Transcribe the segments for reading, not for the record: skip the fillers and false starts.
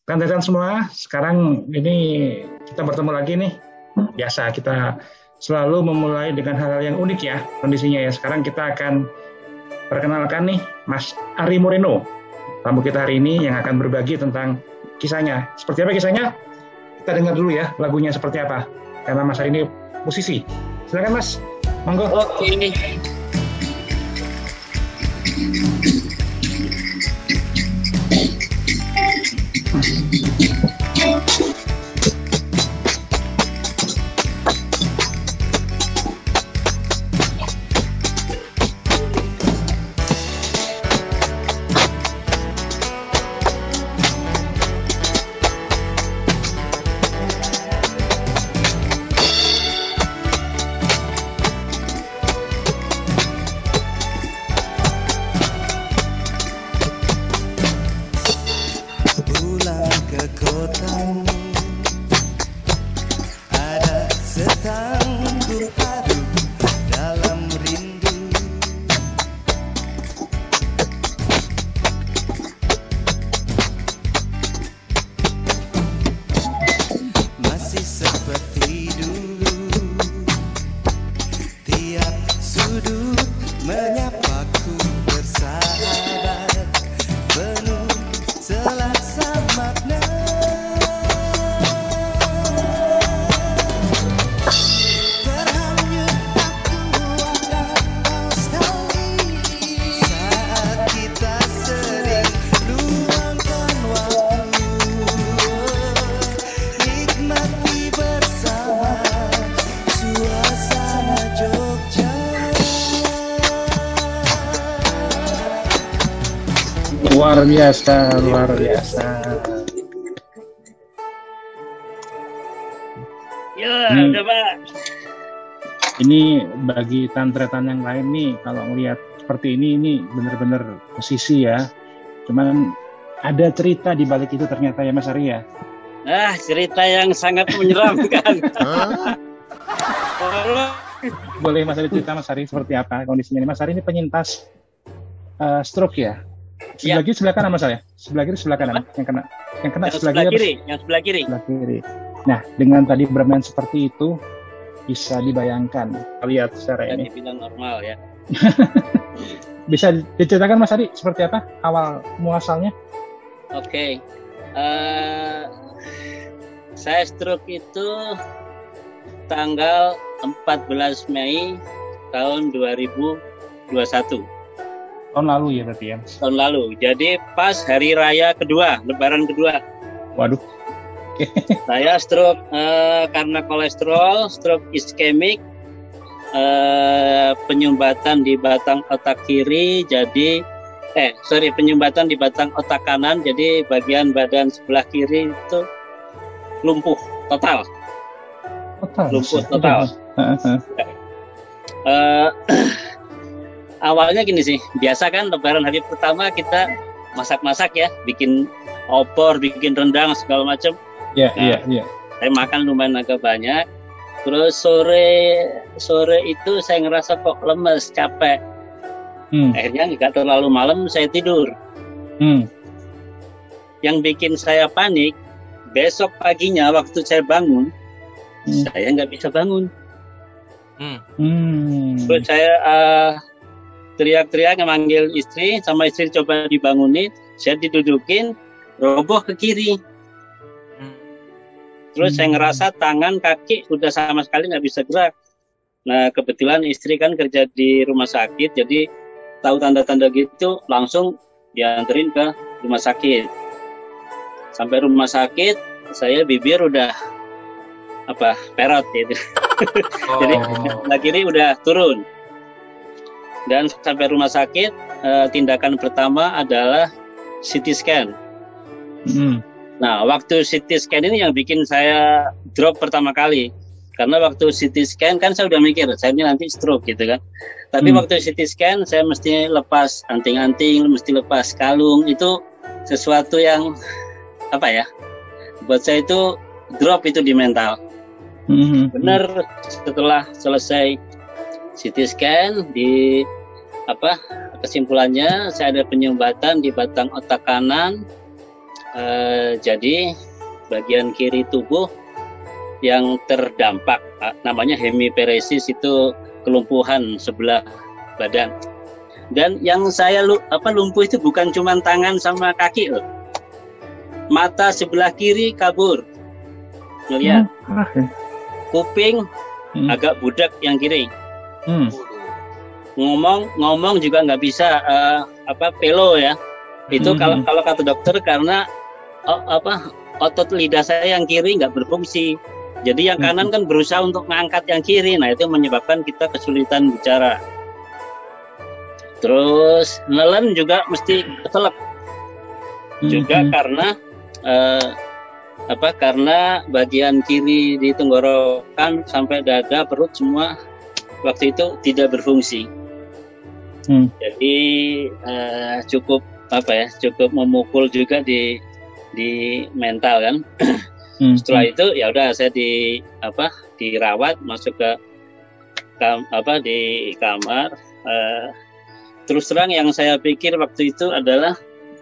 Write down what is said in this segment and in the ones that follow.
Rekan-rekan semua, sekarang ini kita bertemu lagi nih. Biasa kita selalu memulai dengan hal-hal yang unik ya kondisinya ya. Sekarang kita akan perkenalkan nih Mas Ari Moreno, tamu kita hari ini yang akan berbagi tentang kisahnya. Seperti apa kisahnya? Kita dengar dulu ya lagunya seperti apa. Karena Mas Ari ini musisi. Silakan Mas, monggo. Oke. Luar biasa. Ya, coba. Ini bagi tantretan yang lain nih, kalau ngelihat seperti ini benar-benar musisi ya. Cuman ada cerita di balik itu ternyata ya Mas Ari ya. Cerita yang sangat menyeramkan. Boleh Mas Ari cerita Mas Ari seperti apa kondisinya? Mas Ari ini penyintas stroke ya. Sebelah kiri sebelah kanan Mas Ari. Sebelah kiri sebelah kanan. Yang kena sebelah kiri. Yang sebelah kiri. Sebelah kiri. Nah, dengan tadi bermain seperti itu bisa dibayangkan. Lihat secara ini. Dibilang normal ya. Bisa diceritakan Mas Ari seperti apa awal muasalnya? Oke. Saya stroke itu tanggal 14 Mei tahun 2021. Tahun lalu ya berarti ya? Tahun lalu. Jadi pas hari raya kedua, lebaran kedua. Waduh. Saya stroke karena kolesterol, stroke iskemik, penyumbatan di batang otak kiri, penyumbatan di batang otak kanan, jadi bagian badan sebelah kiri itu lumpuh total. Lumpuh total. Awalnya gini sih, biasa kan lebaran hari pertama kita masak-masak ya, bikin opor, bikin rendang segala macam. Iya. Saya makan lumayan agak banyak. Terus sore itu saya ngerasa kok lemes, capek. Akhirnya nggak terlalu malam saya tidur. Yang bikin saya panik, besok paginya waktu saya bangun, saya nggak bisa bangun. Terus saya teriak-teriak memanggil istri, sama istri coba dibangunin, saya didudukin, roboh ke kiri. Terus saya ngerasa tangan, kaki udah sama sekali nggak bisa gerak. Nah kebetulan istri kan kerja di rumah sakit, jadi tahu tanda-tanda gitu, langsung dianterin ke rumah sakit. Sampai rumah sakit, saya bibir udah perot gitu. Jadi sebelah kiri udah turun. Dan sampai rumah sakit, tindakan pertama adalah CT scan. Nah, waktu CT scan ini yang bikin saya drop pertama kali. Karena waktu CT scan kan saya udah mikir, saya ini nanti stroke gitu kan. Tapi waktu CT scan saya mesti lepas anting-anting, mesti lepas kalung. Itu sesuatu yang buat saya itu drop itu di mental. Benar setelah selesai CT scan kesimpulannya saya ada penyumbatan di batang otak kanan, Jadi bagian kiri tubuh yang terdampak namanya hemiparesis, itu kelumpuhan sebelah badan. Dan yang saya lumpuh itu bukan cuma tangan sama kaki loh. Mata sebelah kiri kabur. Ngelihat. Kuping agak budak yang kiri. Ngomong juga nggak bisa pelo ya. Itu kalau kata dokter karena otot lidah saya yang kiri nggak berfungsi. Jadi yang kanan kan berusaha untuk mengangkat yang kiri. Nah, itu menyebabkan kita kesulitan bicara. Terus nelen juga mesti keselak. Juga karena karena bagian kiri di tenggorokan sampai dada, perut semua waktu itu tidak berfungsi. Jadi cukup memukul juga di mental kan. Setelah itu ya udah saya dirawat, masuk ke di kamar. Terus terang yang saya pikir waktu itu adalah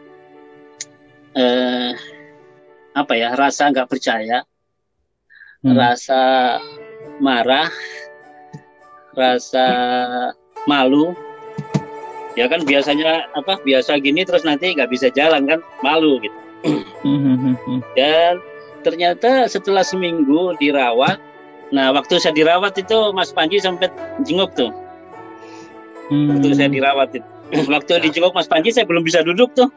rasa nggak percaya, rasa marah, rasa malu. Ya kan biasa gini terus nanti nggak bisa jalan kan, malu gitu. Dan ternyata setelah seminggu dirawat, nah waktu saya dirawat itu Mas Panji sempat jenguk tuh. Waktu saya dirawat itu, waktu dijenguk Mas Panji saya belum bisa duduk tuh.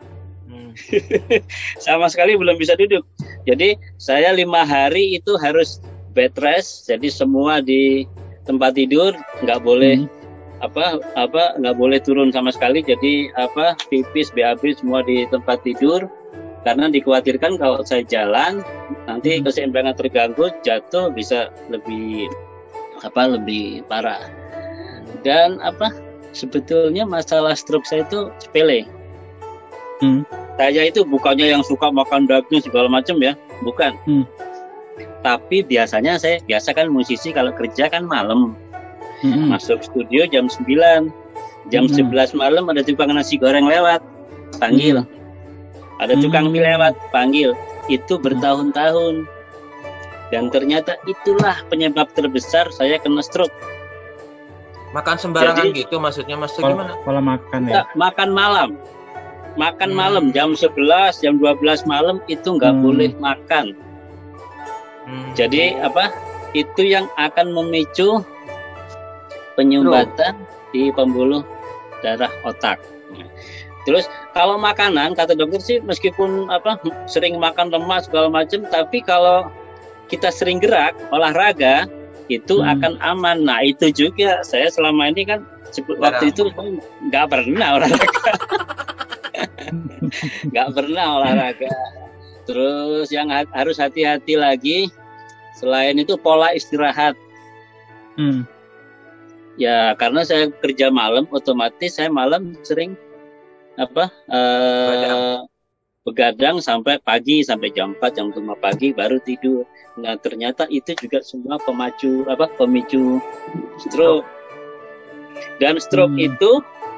Sama sekali belum bisa duduk. Jadi saya 5 hari itu harus bed rest, jadi semua di tempat tidur, nggak boleh nggak boleh turun sama sekali. Jadi pipis, BAB semua di tempat tidur, karena dikhawatirkan kalau saya jalan nanti keseimbangan terganggu, jatuh bisa lebih parah. Dan sebetulnya masalah stroke saya itu sepele. Saya itu bukannya yang suka makan daging segala macam ya, bukan. Tapi biasanya saya kan musisi, kalau kerja kan malam. Masuk studio jam 9. Jam 11 malam ada tukang nasi goreng lewat, panggil. Ada tukang mie lewat, panggil. Itu bertahun-tahun. Dan ternyata itulah penyebab terbesar saya kena stroke. Makan sembarangan gitu maksudnya, Mas, gimana? Pola makan ya? Makan malam jam 11, jam 12 malam itu nggak boleh makan. Jadi itu yang akan memicu penyumbatan di pembuluh darah otak. Terus kalau makanan, kata dokter sih meskipun sering makan lemak segala macam, tapi kalau kita sering gerak, olahraga itu akan aman. Nah itu juga saya selama ini kan waktu itu nggak pernah olahraga. Nggak pernah olahraga. Terus yang harus hati-hati lagi selain itu pola istirahat. Ya karena saya kerja malam, otomatis saya malam sering begadang sampai pagi, sampai jam 4, jam 5 pagi baru tidur. Nah ternyata itu juga semua pemicu stroke. Dan stroke itu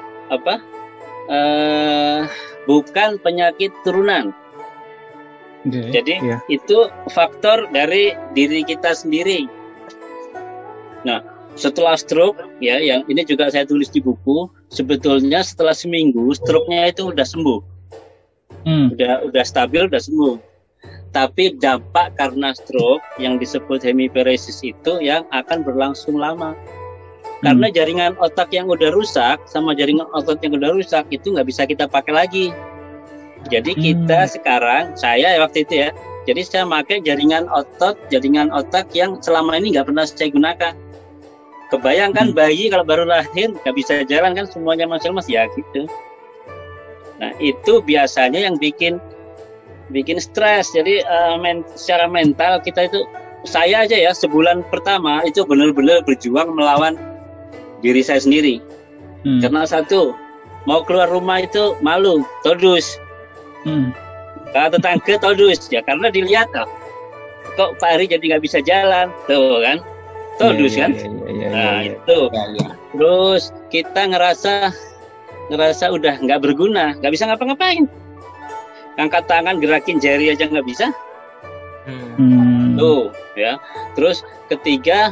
bukan penyakit turunan. Jadi itu faktor dari diri kita sendiri. Nah setelah stroke ya, yang ini juga saya tulis di buku, sebetulnya setelah seminggu stroke-nya itu udah sembuh. Udah stabil, udah sembuh. Tapi dampak karena stroke yang disebut hemiparesis itu yang akan berlangsung lama. Karena jaringan otak yang udah rusak sama jaringan otot yang udah rusak itu nggak bisa kita pakai lagi. Jadi kita sekarang, saya waktu itu ya, jadi saya pakai jaringan otak yang selama ini nggak pernah saya gunakan. Kebayangkan bayi kalau baru lahir nggak bisa jalan kan, semuanya mas ya gitu. Nah itu biasanya yang bikin stres. Jadi secara mental kita itu, saya aja ya sebulan pertama itu benar-benar berjuang melawan diri saya sendiri. Karena satu, mau keluar rumah itu malu, todus. Kalau tetangga todus ya, karena dilihat kok Pak Ari jadi nggak bisa jalan, tuh kan, todus kan. Itu. Terus kita ngerasa udah nggak berguna, nggak bisa ngapa-ngapain. Angkat tangan, gerakin jari aja nggak bisa. Hmm. Tuh, ya. Terus ketiga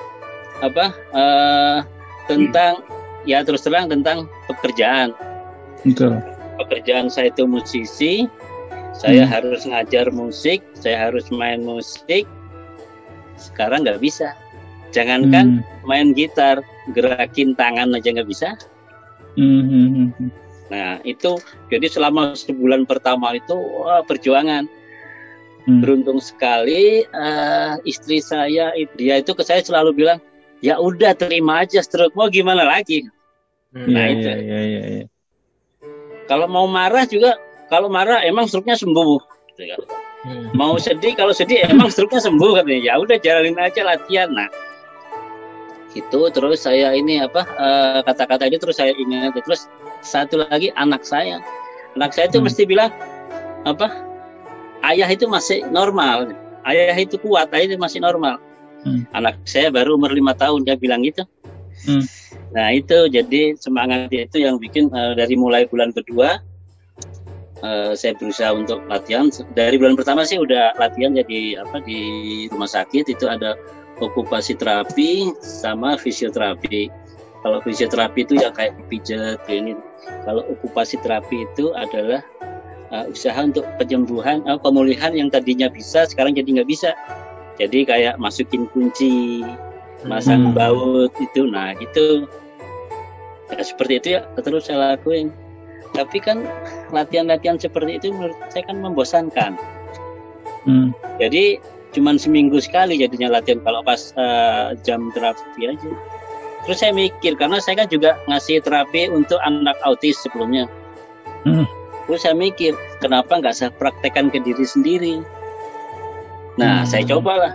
tentang ya terus terang tentang pekerjaan. Betul. Pekerjaan saya itu musisi, saya harus ngajar musik, saya harus main musik. Sekarang nggak bisa. Jangankan main gitar, gerakin tangan aja nggak bisa. Nah itu, jadi selama sebulan pertama itu perjuangan. Beruntung sekali istri saya, dia itu ke saya selalu bilang, ya udah terima aja stroke, mau gimana lagi. Nah itu. Iya. Kalau mau marah juga, kalau marah emang stroke-nya sembuh. Gitu kan. Mau sedih, kalau sedih emang stroke-nya sembuh katanya. Ya udah jalanin aja latihan. Nah itu terus saya ini kata-kata ini terus saya ingat. Terus satu lagi anak saya itu mesti bilang ayah itu masih normal, ayah itu kuat, ayah itu masih normal. Anak saya baru umur 5 tahun dia bilang gitu. Nah itu jadi semangat itu yang bikin dari mulai bulan kedua saya berusaha untuk latihan. Dari bulan pertama sih udah latihan jadi di rumah sakit itu ada okupasi terapi sama fisioterapi. Kalau fisioterapi itu ya kayak pijat ini. Kalau okupasi terapi itu adalah usaha untuk penyembuhan, pemulihan yang tadinya bisa sekarang jadi nggak bisa. Jadi kayak masukin kunci, masang baut itu, nah gitu. Ya, seperti itu ya terus saya lakuin. Tapi kan latihan-latihan seperti itu menurut saya kan membosankan. Jadi cuman seminggu sekali jadinya latihan kalau pas jam terapi aja. Terus saya mikir karena saya kan juga ngasih terapi untuk anak autis sebelumnya. Terus saya mikir, kenapa nggak saya praktekkan ke diri sendiri? Nah, saya cobalah.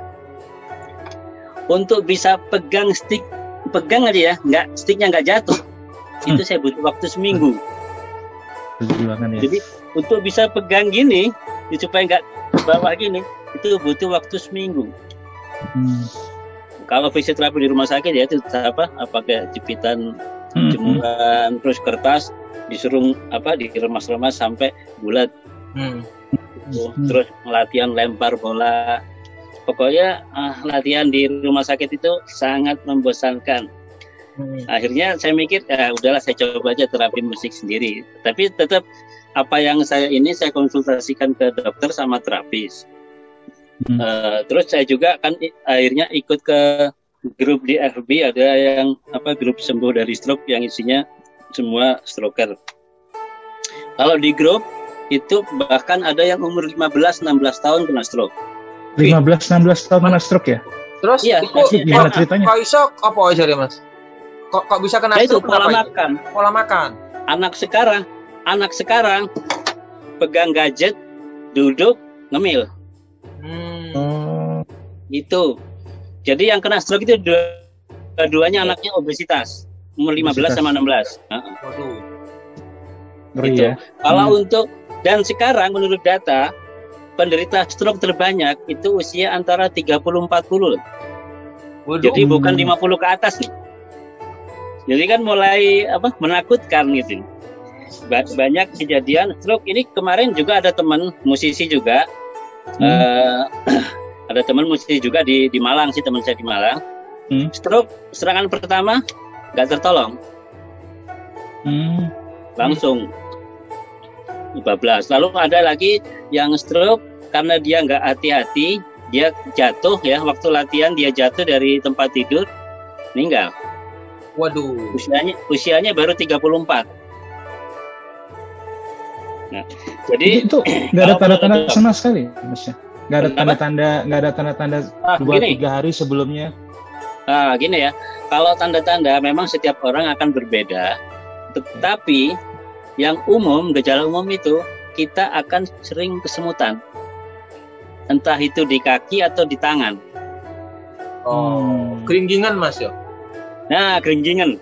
Untuk bisa pegang aja ya, sticknya nggak jatuh. Itu saya butuh waktu seminggu. Jadi untuk bisa pegang gini, supaya nggak bawa gini, itu butuh waktu seminggu. Kalau fisioterapi di rumah sakit ya itu pakai jepitan, jemuran, terus kertas. Disuruh diremas-remas sampai bulat. Terus latihan lempar bola. Pokoknya latihan di rumah sakit itu sangat membosankan. Akhirnya saya mikir udahlah saya coba aja terapi musik sendiri. Tapi tetap apa yang saya konsultasikan ke dokter sama terapis. Terus saya juga kan akhirnya ikut ke grup di FB, ada yang grup sembuh dari stroke yang isinya semua stroker. Kalau di grup itu bahkan ada yang umur 15-16 tahun kena stroke. 15-16 tahun kena stroke ya? Terus iya, itu gimana ceritanya? Kok iso apa aja ya Mas? Kok bisa kena stroke? Pola makan. Anak sekarang pegang gadget, duduk, ngemil. Itu. Jadi yang kena stroke itu dua-duanya anaknya obesitas. Umur 15 sama 16. Waduh. Ngeri gitu. Ya. Kalau untuk dan sekarang menurut data penderita stroke terbanyak itu usia antara 30-40. Jadi bukan 50 ke atas nih. Jadi kan mulai menakutkan gitu. Banyak kejadian stroke ini. Kemarin juga ada teman musisi juga. Ada teman musisi juga di Malang sih, teman saya di Malang. Stroke serangan pertama nggak tertolong, langsung bablas. Lalu ada lagi yang stroke karena dia nggak hati-hati, dia jatuh ya waktu latihan, dia jatuh dari tempat tidur, meninggal. Waduh. Usianya baru 34. Nah, jadi itu nggak ada tanda-tanda sama sekali, Mas ya? Nggak ada tanda-tanda 2-3 hari sebelumnya. Nah, gini ya, kalau tanda-tanda memang setiap orang akan berbeda, tetapi yang umum, gejala umum itu kita akan sering kesemutan, entah itu di kaki atau di tangan. Keringgingan Mas ya? Nah, keringgingan.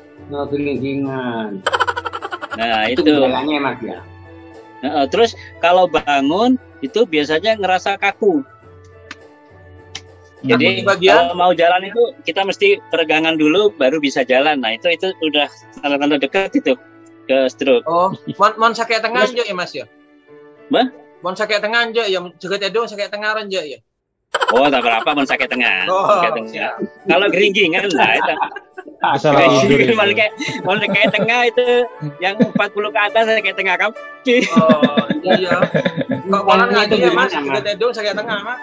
Nah, itu gejalanya Mas ya. Terus kalau bangun itu biasanya ngerasa kaku. Jadi kalau mau jalan itu kita mesti peregangan dulu baru bisa jalan. Nah itu udah tanda-tanda dekat itu ke stroke. Mon sakit tengah aja ya Mas ya? Mon sakit tengah aja ya, juga tedo sakit tengah aja ya. Oh, tak berapa mon sakit tengah. Sakit tengah. Kalau geringgingan lah itu. Salah tidur. Mon sakit tengah itu yang 40 ke atas sakit tengah kamu. Oh, iya. Kok malah ngaji ya, Mas? Juga tedo sakit tengah, Mas.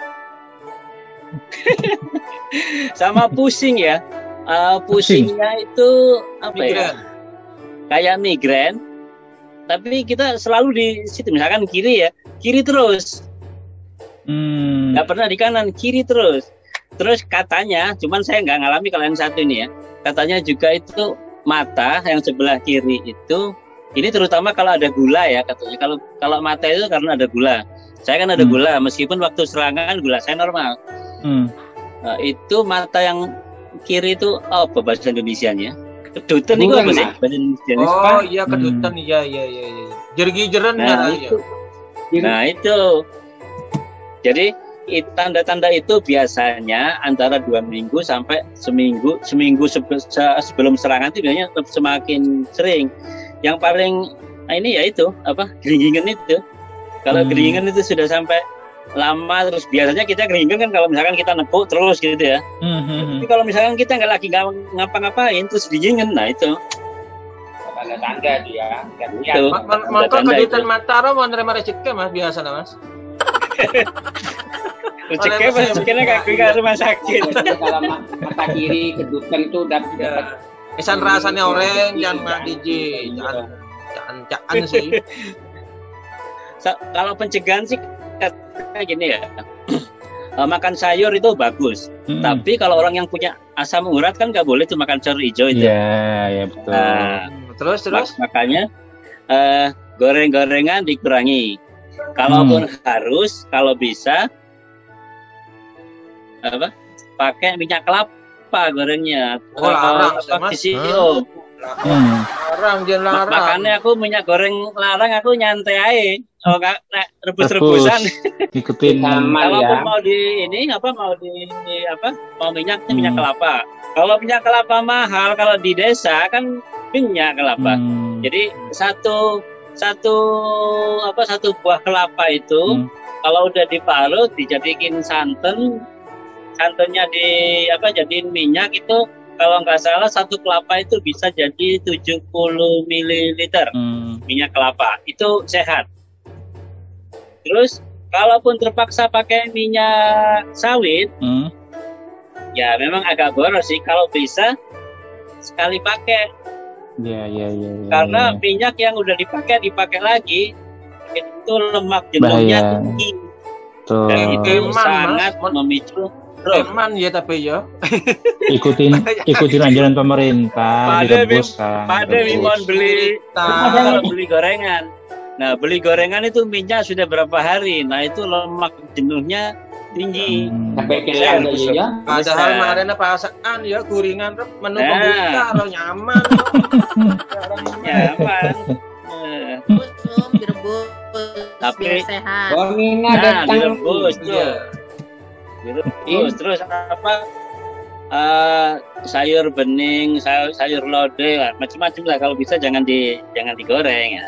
Sama pusing ya. Pusingnya itu apa ya? Kayak migrain. Tapi kita selalu di situ, misalkan kiri ya, kiri terus. Nggak pernah di kanan, kiri terus. Terus katanya, cuman saya nggak ngalami kalau yang satu ini ya. Katanya juga itu mata yang sebelah kiri itu, ini terutama kalau ada gula ya katanya. Kalau mata itu karena ada gula. Saya kan ada gula, meskipun waktu serangan gula saya normal. Nah, itu mata yang kiri itu apa bahasa Indonesianya? Kedutan itu apa sih bahasa Indonesia? Oh iya kedutan, iya. Jergi-jeren nah, itu. Nah itu. Jadi tanda-tanda itu biasanya antara 2 minggu sampai seminggu sebelum serangan itu biasanya semakin sering. Yang paling ini ya itu apa geringgingan itu. Kalau geringgingan itu sudah sampai lama terus biasanya kita geringgingan kan kalau misalkan kita nepuk terus gitu ya. Tapi kalau misalkan kita nggak ngapa-ngapain terus geringgingan, nah itu tanda-tanda dia. Itu. Maka kedutan Mataram mau nerima rezeki Mas biasa lah Mas. Rezekinya kaki ke rumah sakit. Kalau mata kiri kedutan itu dapat. Kesan rasanya orang jangan DJ, jangan sih. Kalau pencegahan sih kayak gini ya. Makan sayur itu bagus. Tapi kalau orang yang punya asam urat kan nggak boleh tuh makan sayur hijau itu. Iya, betul. Nah, terus. Makanya goreng-gorengan dikurangi. Kalaupun harus, kalau bisa pakai minyak kelapa gorengnya. Larang, larang. Makanya aku minyak goreng larang, aku nyantai aja. Oh, nggak rebus-rebusan. Ikutin. Kalaupun mau minyak kelapa. Kalau minyak kelapa mahal, kalau di desa kan minyak kelapa. Jadi satu buah kelapa itu kalau udah diparut dijadiin santannya jadiin minyak itu kalau nggak salah satu kelapa itu bisa jadi 70 ml minyak kelapa itu sehat. Terus kalaupun terpaksa pakai minyak sawit ya memang agak boros sih, kalau bisa sekali pakai. Iya. Karena minyak yang udah dipakai lagi itu lemak jenuhnya tinggi. Dan itu sangat memicu stroke. Eman ya tapi ya. Ikutin anjuran pemerintah. Pada Mimon beli gorengan. Nah, beli gorengan itu minyak sudah berapa hari. Nah, itu lemak jenuhnya tinggi. Sampai kelar ya. Padahal kemarin pasaan ya gorengan menu pembuka lo nyaman. Nyaman. Tapi sehat. Direbus tuh. Direbus terus apa? Sayur bening, sayur lodeh, macam-macam lah. Kalau bisa jangan digoreng ya.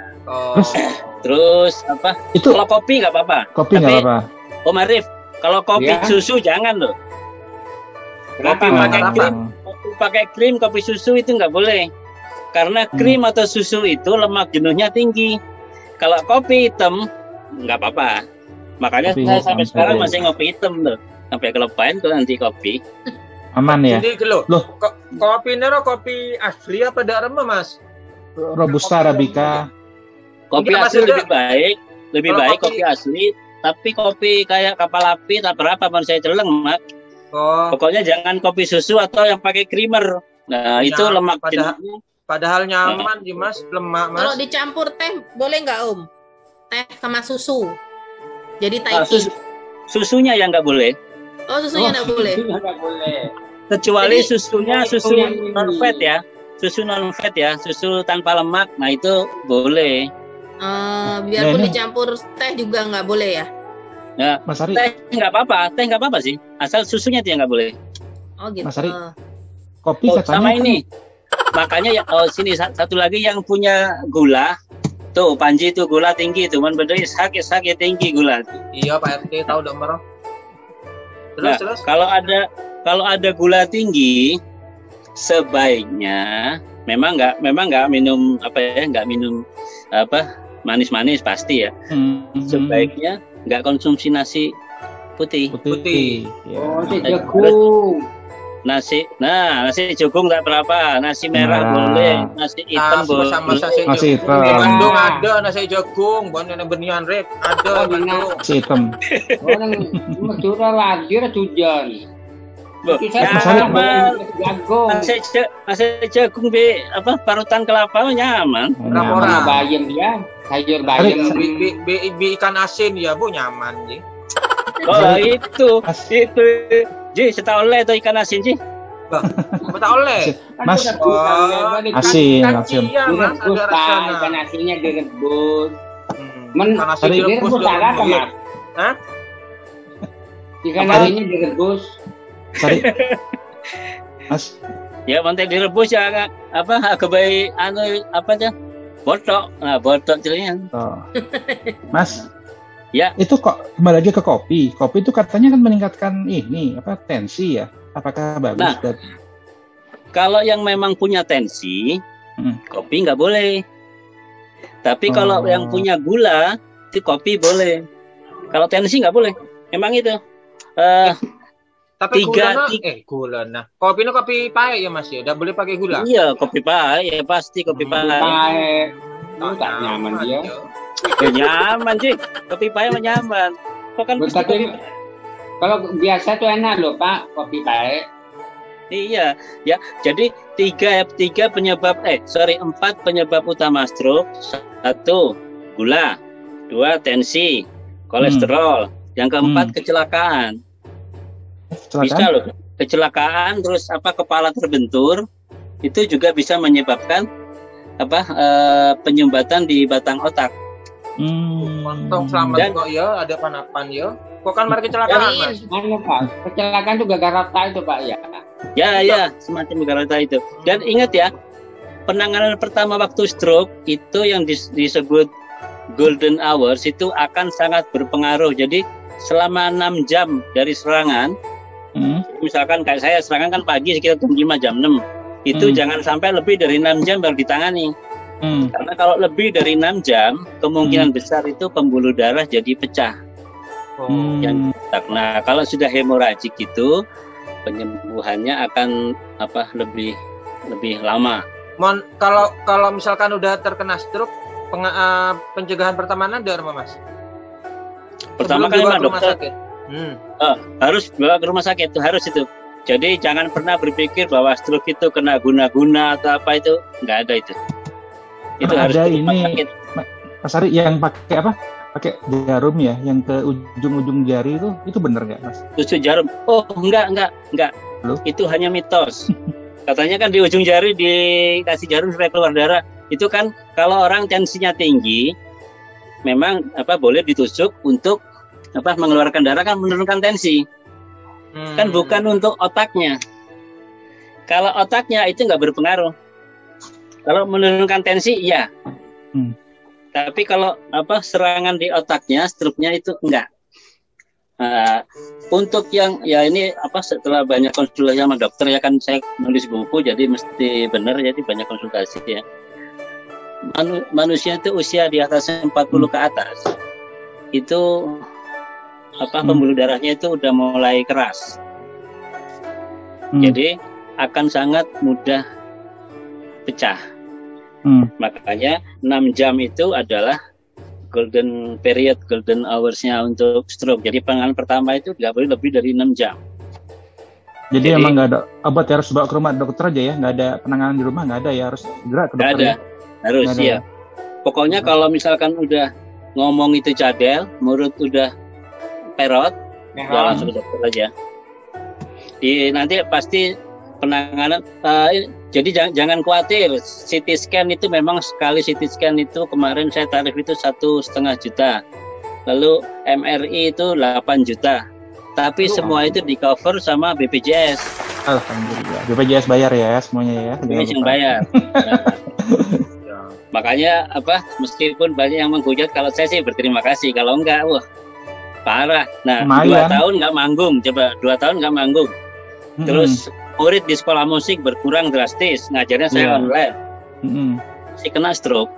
Terus apa? Itu kalau kopi nggak apa-apa. Kopi nggak apa-apa. Om Arif, kalau kopi susu jangan loh. Kopi pakai krim, kopi susu itu nggak boleh. Karena krim atau susu itu lemak jenuhnya tinggi. Kalau kopi hitam nggak apa-apa. Makanya saya sampai sekarang masih ngopi hitam loh. Sampai kelupain tuh nanti kopi. Aman ya? Jadi loh. Kopi nero kopi asli apa darah Mas? Robusta Arabica. Kopi asli lebih baik kopi asli. Tapi kopi kayak kapal api tak berapa man saya celeng mak. Pokoknya jangan kopi susu atau yang pakai creamer. Nah itu lemak jenuhnya. Padahal nyaman sih Mas, lemak Mas. Kalau dicampur teh boleh nggak Om? Teh sama susu. Jadi Thai tea. Susunya yang nggak boleh. Oh susunya nggak boleh. Kecuali susunya susu non fat ya. Susu non fat ya, susu tanpa lemak. Nah itu boleh. Biarpun dicampur teh juga nggak boleh ya? Ya, Mas Ari. Teh nggak apa-apa sih. Asal susunya itu yang nggak boleh. Oh gitu. Mas Ari. Kopi sama ini. Makanya ya sini satu lagi yang punya gula Tuh Panji itu gula tinggi, cuman bedanya sakit tinggi gula. Iya Pak RT tahu dong Bro. Terus. Kalau ada gula tinggi, sebaiknya memang nggak minum manis-manis pasti ya. Sebaiknya nggak konsumsi nasi putih. Oh, jagung. Nasi jagung tak berapa, nasi merah boleh, nasi hitam boleh. Nasi hitam. Di Bandung ada nasi jagung, bukan benian rep, ada nasi hitam. Orang curah lagi tujuan. Nasi jagung be parutan kelapa nyaman. Orang bayam dia, sayur bayam. Be ikan asin ya Bu nyaman ji. Oh itu. Ji, kita oleh itu ikan asin Ji. Kita oleh. Mas. Asin. Iya Mas, ada rasanya. Ikan asinnya direbus. Direbus apa Mas? Hah? Ikan asinnya direbus. Sorry. Mas. Ya mantek direbus ya agak baik botok. Nah, botok jadinya. Oh. Mas. Ya. Itu kok kembali lagi ke kopi. Kopi itu katanya kan meningkatkan tensi ya. Apakah bagus? Nah, kalau yang memang punya tensi, kopi nggak boleh. Tapi kalau yang punya gula, itu kopi boleh. Kalau tensi nggak boleh. Memang itu. Tapi gula. Nah, kopi itu kopi pahit ya Mas ya. Udah boleh pakai gula. Iya, kopi pahit ya pasti kopi pahit. Tak nyaman dia. Nyaman sih, kopi pahit nyaman. Kalau biasa tuh enak loh Pak, kopi pahit. Iya, ya. Jadi 4 penyebab utama stroke. 1, gula. 2, tensi, kolesterol. Yang keempat, kecelakaan. Bisa loh, kecelakaan terus kepala terbentur itu juga bisa menyebabkan penyumbatan di batang otak. Untung selamat kok ya, ada panapan ya. Kok kan mari kecelakaan Mas? Pak, kecelakaan itu gara-gara otak itu Pak ya. Ya, semacam gara-gara otak itu. Dan ingat ya, penanganan pertama waktu stroke itu yang disebut golden hours itu akan sangat berpengaruh. Jadi selama 6 jam dari serangan, misalkan kayak saya serangan kan pagi sekitar jam 5 jam 6, itu jangan sampai lebih dari 6 jam baru ditangani. Karena kalau lebih dari 6 jam, kemungkinan besar itu pembuluh darah jadi pecah. Nah, kalau sudah hemoragik itu, penyembuhannya akan lebih lama. Kalau misalkan udah terkena stroke, pencegahan pertama ada apa Mas? Pertama kali dokter harus bawa ke rumah sakit, itu. Jadi jangan pernah berpikir bahwa stroke itu kena guna-guna atau apa itu, nggak ada itu. Itu harus ada ini Mas Ari yang pakai pakai jarum ya, yang ke ujung-ujung jari itu benar nggak Mas? Tusuk jarum? Oh enggak. Loh? Itu hanya mitos. Katanya kan di ujung jari dikasih jarum supaya keluar darah. Itu kan kalau orang tensinya tinggi, memang boleh ditusuk untuk mengeluarkan darah, kan menurunkan tensi. Kan bukan untuk otaknya. Kalau otaknya itu nggak berpengaruh. Kalau menurunkan tensi, iya. Tapi kalau serangan di otaknya, stroke-nya itu enggak. Untuk yang ini setelah banyak konsultasi sama dokter ya kan, saya nulis buku jadi mesti benar, jadi banyak konsultasi ya. Manusia itu usia di atas 40 ke atas itu pembuluh darahnya itu udah mulai keras. Jadi akan sangat mudah pecah. Makanya 6 jam itu adalah golden hours-nya untuk stroke. Jadi penanganan pertama itu nggak boleh lebih dari 6 jam. Jadi emang nggak ada obat, harus bawa ke rumah dokter aja ya, nggak ada penanganan di rumah, nggak ada ya, harus segera ke dokter. Nggak ada, harus ya. Pokoknya kalau misalkan udah ngomong itu cadel, mulut udah perot, ya langsung ke dokter aja. Nanti pasti penanganan. Jadi jangan khawatir. CT scan itu memang sekali CT scan itu kemarin saya tarif itu 1,5 juta. Lalu MRI itu 8 juta. Tapi semua itu di cover sama BPJS. Alhamdulillah. BPJS bayar ya semuanya ya. BPJS yang bayar. Makanya meskipun banyak yang menghujat, kalau saya sih berterima kasih. Kalau enggak, wah parah. Nah, Lumayan. 2 tahun nggak manggung, coba 2 tahun nggak manggung. Terus murid di sekolah musik berkurang drastis, ngajarnya saya online. Si kena stroke.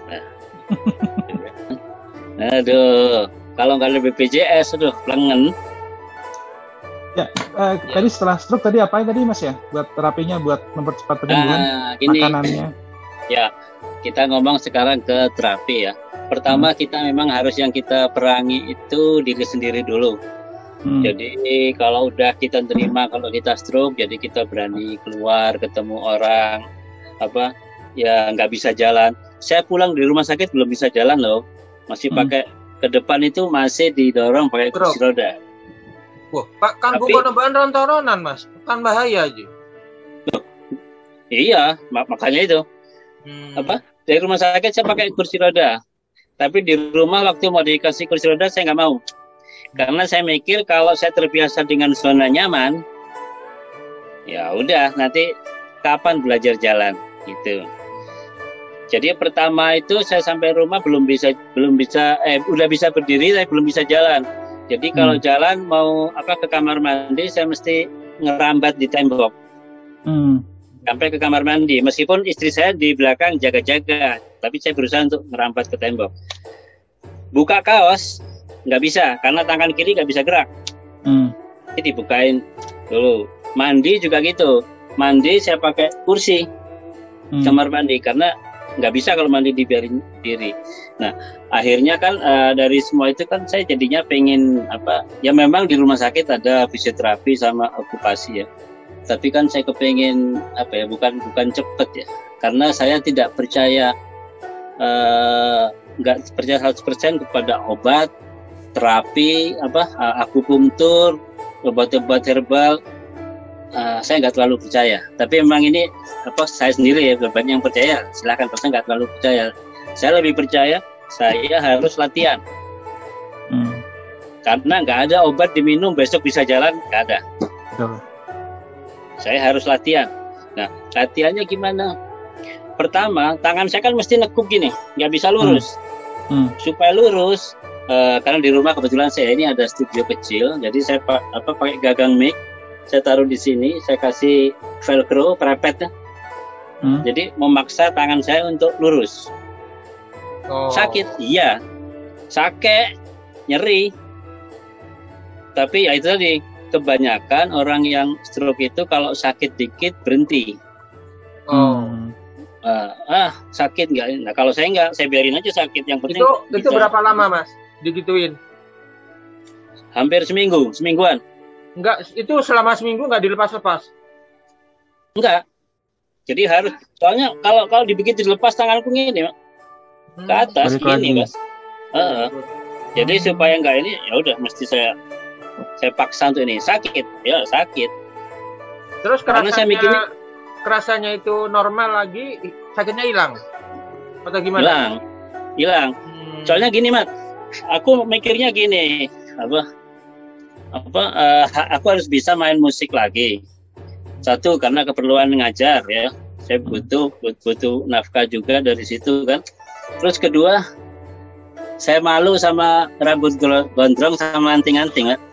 Aduh, kalau nggak ada BPJS, aduh, lengan. Ya, tadi setelah stroke tadi apa tadi Mas ya? Buat terapinya, buat mempercepat penyembuhan, makanannya. Ya, kita ngomong sekarang ke terapi ya. Pertama kita memang harus yang kita perangi itu diri sendiri dulu. Jadi kalau udah kita terima kalau kita stroke, jadi kita berani keluar ketemu orang, ya nggak bisa jalan. Saya pulang di rumah sakit belum bisa jalan loh, masih pakai ke depan itu masih didorong pakai kursi roda. Wah, Pak, kan bukan bahan rontonan Mas, kan bahaya aja. Iya, makanya itu. Dari rumah sakit saya pakai kursi roda, tapi di rumah waktu mau dikasih kursi roda saya nggak mau. Karena saya mikir kalau saya terbiasa dengan zona nyaman, ya udah nanti kapan belajar jalan gitu. Jadi pertama itu saya sampai rumah udah bisa berdiri tapi belum bisa jalan. Jadi kalau jalan mau ke kamar mandi saya mesti ngerambat di tembok. Sampai ke kamar mandi, meskipun istri saya di belakang jaga-jaga, tapi saya berusaha untuk ngerambat ke tembok. Buka kaos nggak bisa karena tangan kiri nggak bisa gerak. Jadi dibukain dulu. Mandi juga gitu, mandi saya pakai kursi kamar mandi karena nggak bisa kalau mandi dibiarin diri. Nah akhirnya kan dari semua itu kan saya jadinya pengen ya memang di rumah sakit ada fisioterapi sama okupasi ya, tapi kan saya kepengen bukan cepet ya, karena saya tidak percaya nggak percaya 100% kepada obat, terapi, akupunktur, obat-obat herbal. Saya nggak terlalu percaya. Tapi memang ini saya sendiri ya, banyak yang percaya. Silahkan, saya nggak terlalu percaya. Saya lebih percaya saya harus latihan. Karena nggak ada obat diminum besok bisa jalan, nggak ada. Saya harus latihan. Nah, latihannya gimana? Pertama, tangan saya kan mesti nekuk gini, nggak bisa lurus. Supaya lurus, karena di rumah kebetulan saya ini ada studio kecil, jadi saya pakai gagang mic, saya taruh di sini, saya kasih velcro, perepet, jadi memaksa tangan saya untuk lurus. Sakit, iya, sakit, nyeri, tapi ya itu tadi, kebanyakan orang yang stroke itu kalau sakit dikit berhenti. Sakit nggak? Nah kalau saya nggak, saya biarin aja sakit. Yang penting itu berapa lama Mas digituin? Hampir semingguan. Enggak, itu selama seminggu nggak dilepas-lepas? Enggak. Jadi harus, soalnya kalau dilepas tanganku gini ke atas gini Mas. Jadi supaya nggak ini, ya udah mesti saya paksa untuk ini. Sakit, ya sakit. Terus kerasanya itu normal lagi, sakitnya hilang atau gimana? Hilang. Soalnya gini Mat, aku mikirnya gini, aku harus bisa main musik lagi. Satu karena keperluan ngajar ya, saya butuh nafkah juga dari situ kan. Terus kedua, saya malu sama rambut gondrong sama anting-anting kan.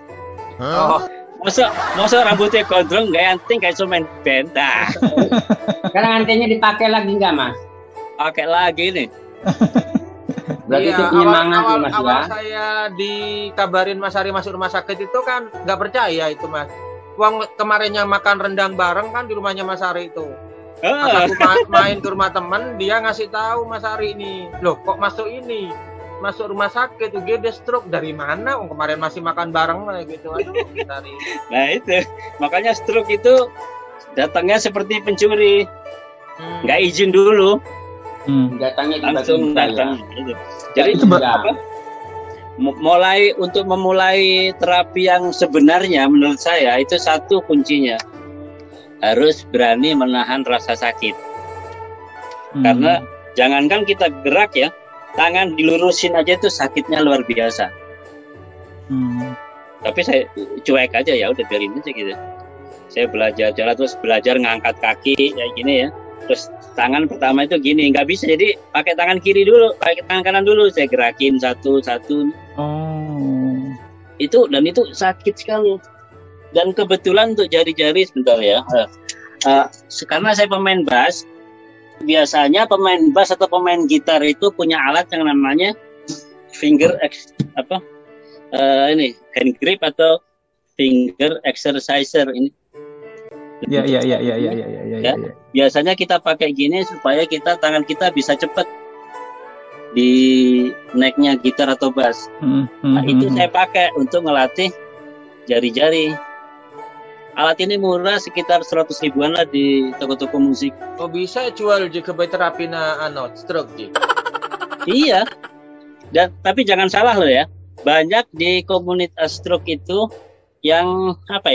Masa rambutnya gondrong nggak anting kayak cuma main band. Sekarang antingnya dipakai lagi nggak Mas? Pakai lagi nih. Berarti itu penyemangat Mas ya. Awal saya dikabarin Mas Ari masuk rumah sakit itu kan nggak percaya itu Mas. Uang kemarin yang makan rendang bareng kan di rumahnya Mas Ari itu. Pas aku main ke rumah teman, dia ngasih tahu Mas Ari ini, loh kok masuk rumah sakit UGD stroke dari mana? Kemarin masih makan bareng gitu. Nah itu, makanya stroke itu datangnya seperti pencuri, nggak izin dulu, datangnya langsung datang. Ya. Jadi itu memulai terapi yang sebenarnya menurut saya itu satu kuncinya harus berani menahan rasa sakit. Karena jangankan kita gerak ya, tangan dilurusin aja itu sakitnya luar biasa. Tapi saya cuek aja, ya udah biarin aja gitu. Saya belajar jalan, terus belajar ngangkat kaki kayak gini ya. Terus tangan pertama itu gini, nggak bisa, jadi pakai tangan kiri dulu, pakai tangan kanan dulu, saya gerakin satu-satu. Oh. Itu sakit sekali. Dan kebetulan untuk jari-jari sebentar ya. Karena saya pemain bass, biasanya pemain bass atau pemain gitar itu punya alat yang namanya hand grip atau finger exerciser ini. Ya. Biasanya kita pakai gini supaya tangan kita bisa cepat di necknya gitar atau bass. Nah, itu saya pakai untuk ngelatih jari-jari. Alat ini murah, sekitar 100 ribuan lah di toko-toko musik. Oh, bisa jual juga by terapi na stroke ji. Iya. Tapi jangan salah loh ya. Banyak di komunitas stroke itu yang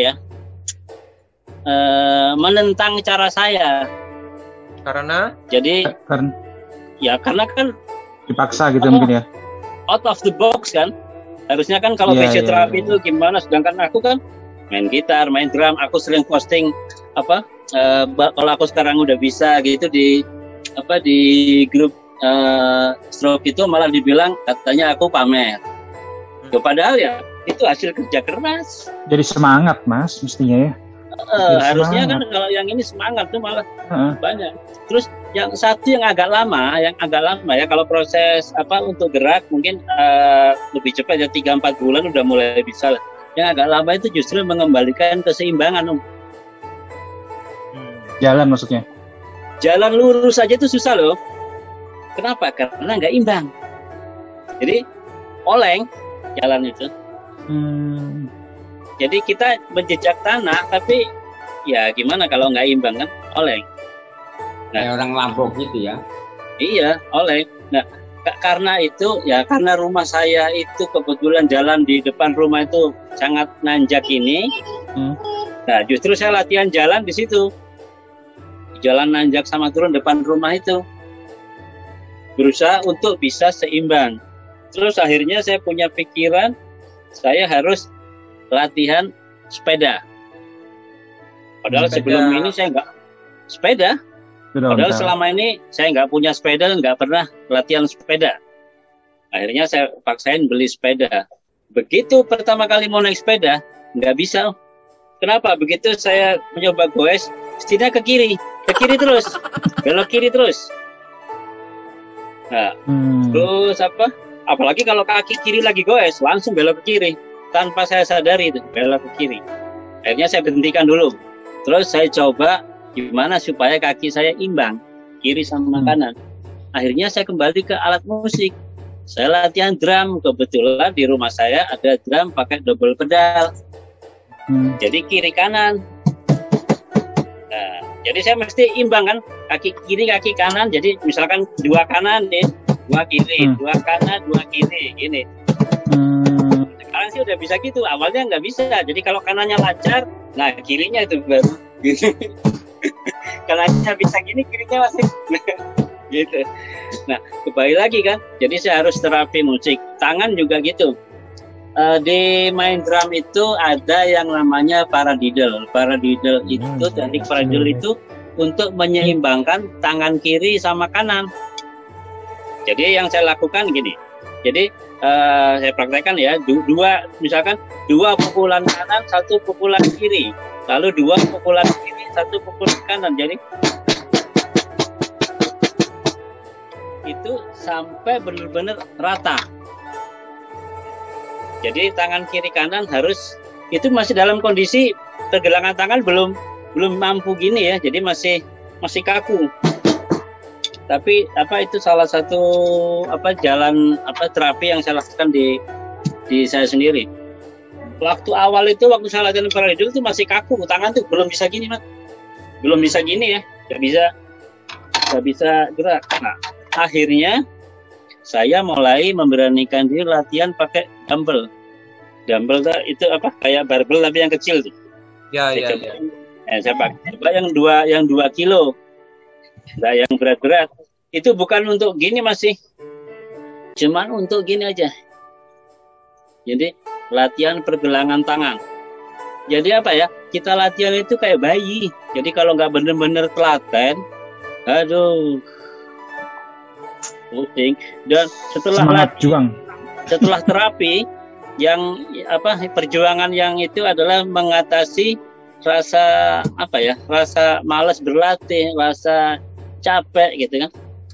menentang cara saya. Karena? Jadi karena kan dipaksa gitu mungkin ya. Out of the box kan. Harusnya kan kalau fisioterapi itu gimana, sedangkan aku kan main gitar, main drum, aku sering posting kalau aku sekarang udah bisa gitu di grup stroke itu malah dibilang katanya aku pamer. Padahal ya itu hasil kerja keras. Jadi semangat Mas mestinya ya. Harusnya kan kalau yang ini semangat tuh malah banyak. Terus yang satu yang agak lama ya, kalau proses untuk gerak mungkin lebih cepat ya, 3-4 bulan udah mulai bisa lah. Yang agak lama itu justru mengembalikan keseimbangan, Om. Jalan maksudnya? Jalan lurus aja itu susah loh. Kenapa? Karena nggak imbang. Jadi oleng jalan itu. Jadi kita menjejak tanah, tapi ya gimana kalau nggak imbang kan? Oleng. Kayak orang mabok gitu ya? Iya, oleng. Nah, karena itu ya, karena rumah saya itu kebetulan jalan di depan rumah itu sangat nanjak ini. Nah, justru saya latihan jalan di situ. Jalan nanjak sama turun depan rumah itu. Berusaha untuk bisa seimbang. Terus akhirnya saya punya pikiran saya harus latihan sepeda. Padahal sebelum ini saya nggak sepeda. Padahal selama ini saya nggak punya sepeda, nggak pernah latihan sepeda. Akhirnya saya paksain beli sepeda. Begitu pertama kali mau naik sepeda, nggak bisa. Kenapa? Begitu saya mencoba goes, setidaknya ke kiri terus, belok kiri terus. Nah, terus apalagi kalau kaki kiri lagi goes, langsung belok ke kiri. Tanpa saya sadari itu, belok ke kiri. Akhirnya saya berhentikan dulu. Terus saya coba gimana supaya kaki saya imbang, kiri sama kanan. Akhirnya saya kembali ke alat musik. Saya latihan drum. Kebetulan di rumah saya ada drum pakai double pedal. Jadi kiri kanan. Nah, jadi saya mesti imbang kan, kaki kiri kaki kanan. Jadi misalkan 2 kanan nih, 2 kiri, 2 kanan, 2 kiri, gini. Sekarang sih udah bisa gitu. Awalnya nggak bisa. Jadi kalau kanannya lancar, nah kirinya itu baru. Kanannya bisa gini, kirinya masih gitu. Nah, kembali lagi kan. Jadi saya harus terapi musik. Tangan juga gitu. Di main drum itu ada yang namanya paradiddle. Paradiddle itu, teknik paradiddle itu untuk menyeimbangkan tangan kiri sama kanan. Jadi yang saya lakukan gini. Jadi saya praktekkan ya, misalkan 2 pukulan kanan, 1 pukulan kiri, lalu 2 pukulan kiri, 1 pukulan kanan. Jadi itu sampai benar-benar rata. Jadi tangan kiri kanan harus itu masih dalam kondisi pergelangan tangan belum mampu gini ya, jadi masih kaku. Tapi itu salah satu jalan terapi yang saya lakukan di saya sendiri. Waktu awal itu, waktu saya latihan paradiddle itu masih kaku, tangan tuh belum bisa gini, Mas. Belum bisa gini ya, nggak bisa gerak. Nah, akhirnya saya mulai memberanikan diri latihan pakai dumbbell. Dumbbell itu kayak barbel tapi yang kecil tuh. Ya. Saya pakai yang 2 kilo. Nah, yang berat-berat itu bukan untuk gini masih, cuman untuk gini aja. Jadi latihan pergelangan tangan. Jadi kita latihan itu kayak bayi. Jadi kalau nggak bener-bener telaten, Aduh, pusing. Dan Semangat juang. setelah terapi, yang perjuangan yang itu adalah mengatasi rasa rasa malas berlatih, rasa capek gitu kan.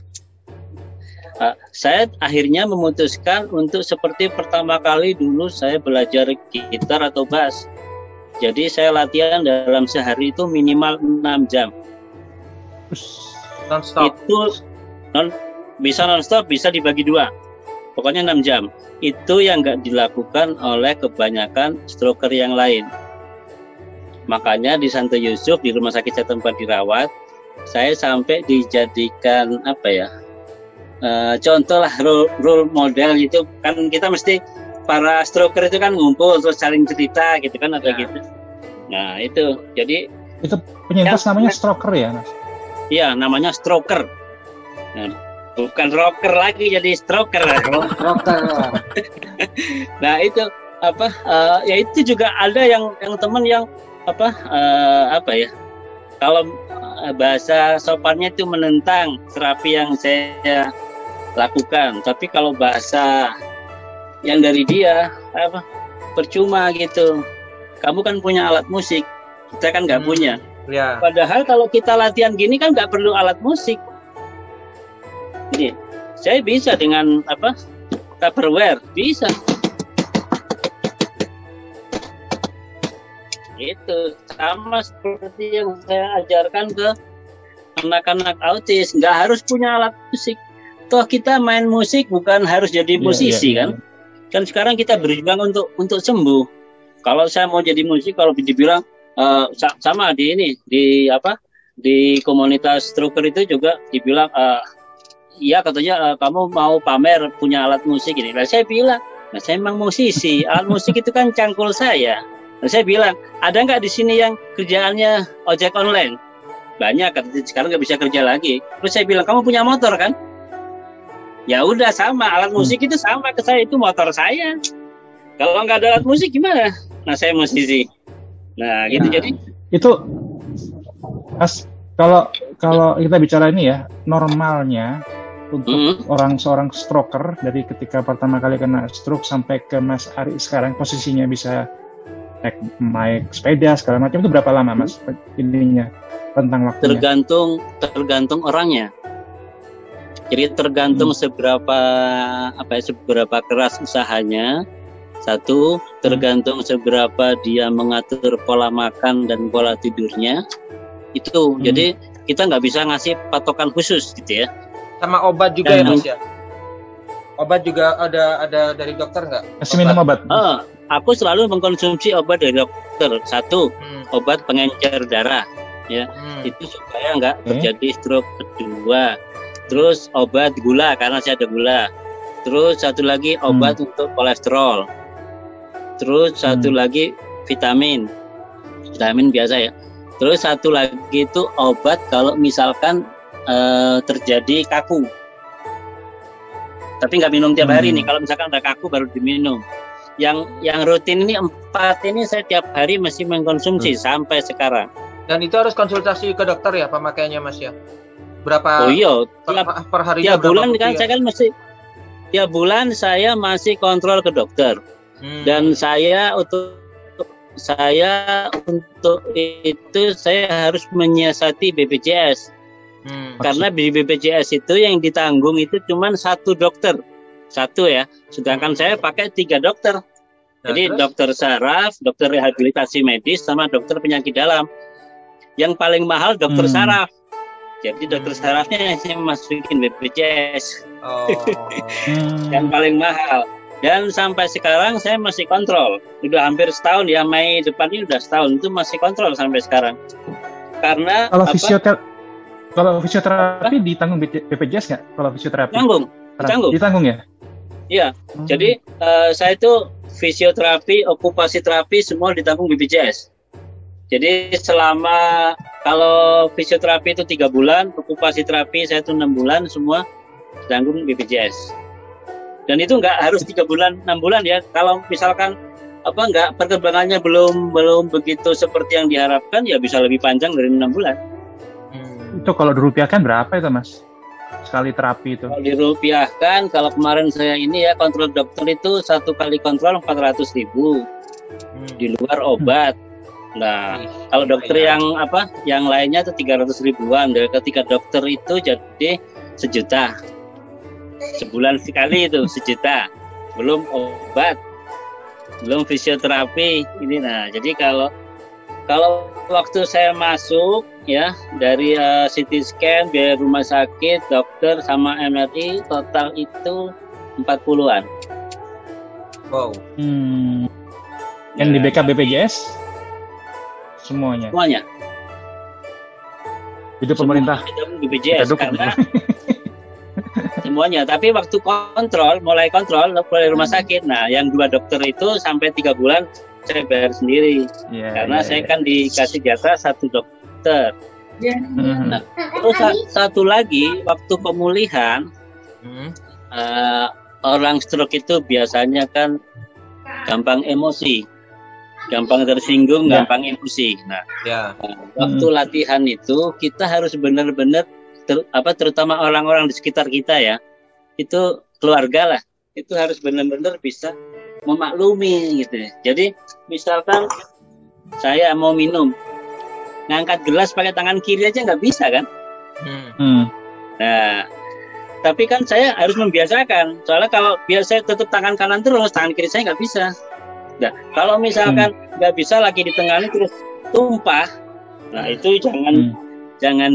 Saya akhirnya memutuskan untuk seperti pertama kali dulu saya belajar gitar atau bass. Jadi saya latihan dalam sehari itu minimal 6 jam. Non-stop. Itu bisa non-stop, bisa dibagi 2. Pokoknya 6 jam. Itu yang nggak dilakukan oleh kebanyakan stroker yang lain. Makanya di Santo Yusuf, di rumah sakit saya tempat dirawat, saya sampai dijadikan contoh lah, role model gitu kan. Kita mesti, para stroker itu kan ngumpul terus saling cerita gitu kan, ada gitu. Nah itu, jadi itu penyintas namanya stroker ya, Mas? Iya, namanya stroker. Nah, bukan rocker lagi, jadi stroker. Rocker. Nah itu ya itu juga ada yang teman yang kalau bahasa sopannya itu menentang terapi yang saya lakukan. Tapi kalau bahasa yang dari dia percuma gitu. Kamu kan punya alat musik, kita kan nggak punya. Ya. Padahal kalau kita latihan gini kan nggak perlu alat musik. Ini saya bisa dengan Tupperware, bisa. Itu sama seperti yang saya ajarkan ke anak-anak autis, nggak harus punya alat musik. Toh kita main musik bukan harus jadi musisi kan? Kan sekarang kita berjuang untuk sembuh. Kalau saya mau jadi musik, kalau dibilang sama di komunitas stroker itu juga dibilang iya katanya kamu mau pamer punya alat musik ini. Nah, saya bilang, saya memang musisi, alat musik itu kan cangkul saya. Nah, saya bilang, ada nggak di sini yang kerjaannya ojek online? Banyak, katanya sekarang nggak bisa kerja lagi. Terus saya bilang, kamu punya motor kan? Ya udah sama, alat musik itu sama ke saya, itu motor saya. Kalau nggak ada alat musik gimana? Nah, saya musisi. Nah, gitu jadi. Itu, Mas, kalau kita bicara ini ya, normalnya untuk seorang stroker dari ketika pertama kali kena stroke sampai ke Mas Ari sekarang posisinya bisa naik sepeda segala macam, itu berapa lama, Mas? Ininya tentang waktunya? Tergantung orangnya. Jadi tergantung seberapa keras usahanya. Satu, tergantung seberapa dia mengatur pola makan dan pola tidurnya. Itu. Jadi kita nggak bisa ngasih patokan khusus gitu ya. Sama obat juga ya, Mas ya? Obat juga ada dari dokter nggak? Masih minum obat? Aku selalu mengkonsumsi obat dari dokter. Satu, obat pengencer darah, ya, itu supaya nggak terjadi stroke. Kedua, terus obat gula karena saya ada gula. Terus satu lagi obat untuk kolesterol. Terus satu lagi vitamin biasa ya. Terus satu lagi itu obat kalau misalkan terjadi kaku. Tapi nggak minum tiap hari nih. Kalau misalkan ada kaku baru diminum. Yang rutin ini 4 ini saya tiap hari masih mengkonsumsi sampai sekarang. Dan itu harus konsultasi ke dokter ya pemakaiannya, Mas ya? Berapa? Oh iya, per harinya tiap bulan kan saya kan mesti tiap bulan saya masih kontrol ke dokter. Dan saya untuk itu saya harus menyiasati BPJS. Karena di BPJS itu yang ditanggung itu cuma 1 dokter. 1 ya, sedangkan saya pakai 3 dokter. Jadi dokter saraf, dokter rehabilitasi medis, sama dokter penyakit dalam. Yang paling mahal dokter saraf. Jadi dokter sarafnya yang saya masukin BPJS. Yang paling mahal. Dan sampai sekarang saya masih kontrol. Udah hampir setahun ya, Mei depan ini udah setahun, itu masih kontrol sampai sekarang. Karena kalau fisioterapi ditanggung BPJS nggak? Kalau fisioterapi? Ditanggung ya? Iya. Jadi saya itu fisioterapi, okupasi terapi semua ditanggung BPJS. Jadi selama kalau fisioterapi itu 3 bulan, okupasi terapi saya itu 6 bulan, semua ditanggung BPJS. Dan itu nggak harus 3 bulan, 6 bulan ya. Kalau misalkan nggak perkembangannya belum begitu seperti yang diharapkan, ya bisa lebih panjang dari 6 bulan. Itu kalau dirupiahkan berapa itu Mas? Sekali terapi itu? Kalau dirupiahkan, kalau kemarin saya ini ya kontrol dokter itu 1 kali kontrol 400.000 di luar obat. Nah, kalau dokter yang lainnya itu 300 ribuan. Dari ketiga dokter itu jadi 1 juta. Sebulan sekali itu 1 juta. Belum obat, belum fisioterapi ini. Nah, jadi kalau waktu saya masuk ya dari CT scan, biaya rumah sakit, dokter sama MRI total itu 40-an. Wow. Yang di backup BPJS semuanya. Itu pemerintah. BPJS karena semuanya. Tapi waktu mulai kontrol rumah sakit. Nah, yang 2 dokter itu sampai 3 bulan saya bayar sendiri. Karena saya kan dikasih jatah 1 dokter. Nah, terus satu lagi waktu pemulihan orang stroke itu biasanya kan gampang emosi, gampang tersinggung, gampang emosi. Nah, waktu latihan itu kita harus benar-benar terutama orang-orang di sekitar kita ya, itu keluarga lah, itu harus benar-benar bisa memaklumi gitu. Jadi misalkan saya mau minum, ngangkat gelas pakai tangan kiri aja nggak bisa kan? Nah, tapi kan saya harus membiasakan. Soalnya kalau biasa tetap tangan kanan terus, tangan kiri saya nggak bisa. Nah, kalau misalkan nggak bisa lagi ditengani terus tumpah, nah itu jangan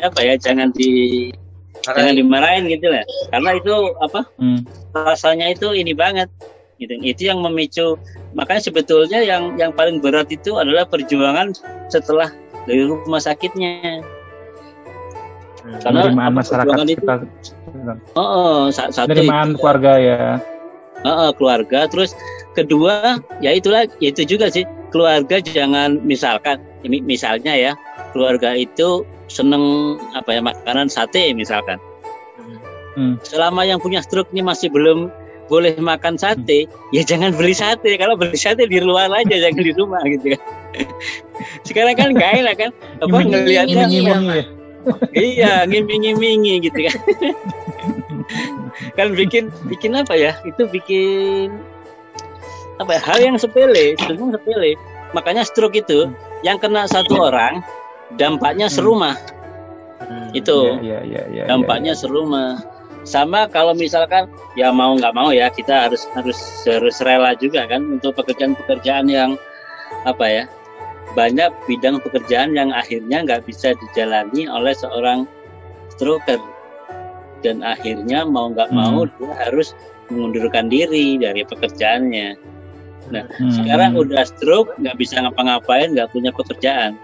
dimarahin gitu lah. Karena itu rasanya itu ini banget. Gitu. Itu yang memicu. Makanya sebetulnya yang paling berat itu adalah perjuangan setelah dari rumah sakitnya. Karena penerimaan masyarakat sekitar. Penerimaan keluarga ya. Keluarga, terus kedua ya itu juga sih, keluarga jangan misalnya ya, keluarga itu seneng makanan sate misalkan. Selama yang punya stroke ini masih belum boleh makan sate, ya jangan beli sate. Kalau beli sate di luar aja, jangan di rumah gitu kan. Sekarang kan nggak enak kan, ngelihatnya iya ngiming-ngimingi gitu kan. Kan bikin itu bikin hal yang sepele. Makanya stroke itu yang kena 1 orang dampaknya serumah. Itu dampaknya serumah. Sama kalau misalkan ya mau nggak mau ya kita harus rela juga kan untuk pekerjaan-pekerjaan yang banyak bidang pekerjaan yang akhirnya nggak bisa dijalani oleh seorang stroker, dan akhirnya mau nggak mau dia harus mengundurkan diri dari pekerjaannya. Nah, sekarang udah stroke, nggak bisa ngapa-ngapain, nggak punya pekerjaan.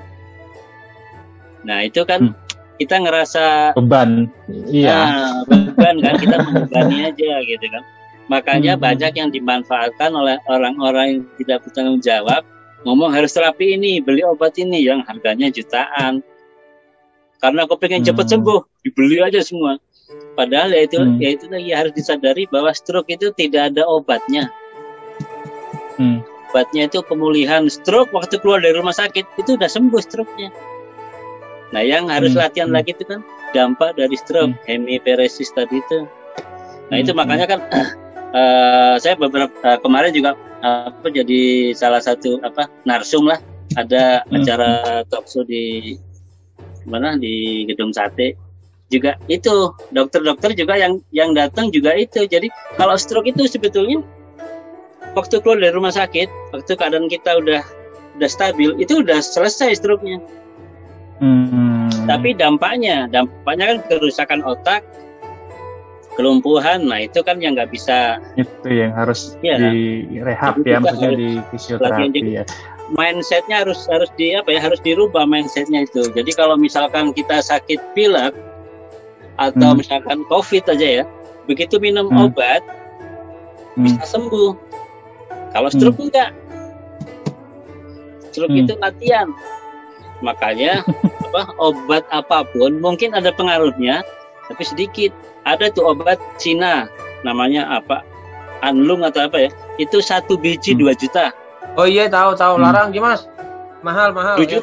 Nah, itu kan kita ngerasa beban. Beban kan, kita membebani aja gitu kan. Makanya banyak yang dimanfaatkan oleh orang-orang yang tidak bertanggung jawab, ngomong harus terapi ini, beli obat ini yang harganya jutaan. Karena aku pengen cepat sembuh, dibeli aja semua. Padahal ya itu lagi harus disadari bahwa stroke itu tidak ada obatnya. Obatnya itu pemulihan. Stroke waktu keluar dari rumah sakit itu udah sembuh stroke-nya. Nah, yang harus latihan lagi itu kan dampak dari stroke, hemiparesis tadi itu. Nah, itu makanya kan saya beberapa kemarin juga jadi salah satu narsum lah, ada acara talkshow di Gedung Sate. Juga itu dokter-dokter juga yang datang juga itu. Jadi kalau stroke itu sebetulnya waktu keluar dari rumah sakit, waktu keadaan kita udah stabil, itu udah selesai stroke-nya. Tapi dampaknya kan kerusakan otak, kelumpuhan. Nah, itu kan yang nggak bisa. Itu yang harus direhab ya, maksudnya di fisioterapi ya. Mindsetnya harus dirubah mindsetnya itu. Jadi kalau misalkan kita sakit pilek atau misalkan COVID aja ya, begitu minum obat bisa sembuh. Kalau stroke enggak, stroke itu latihan. Makanya obat apapun mungkin ada pengaruhnya, tapi sedikit. Ada tuh obat Cina, namanya Anlung atau itu 1 biji 2 juta. Oh iya, tahu larang gimana? Mahal 2 juta.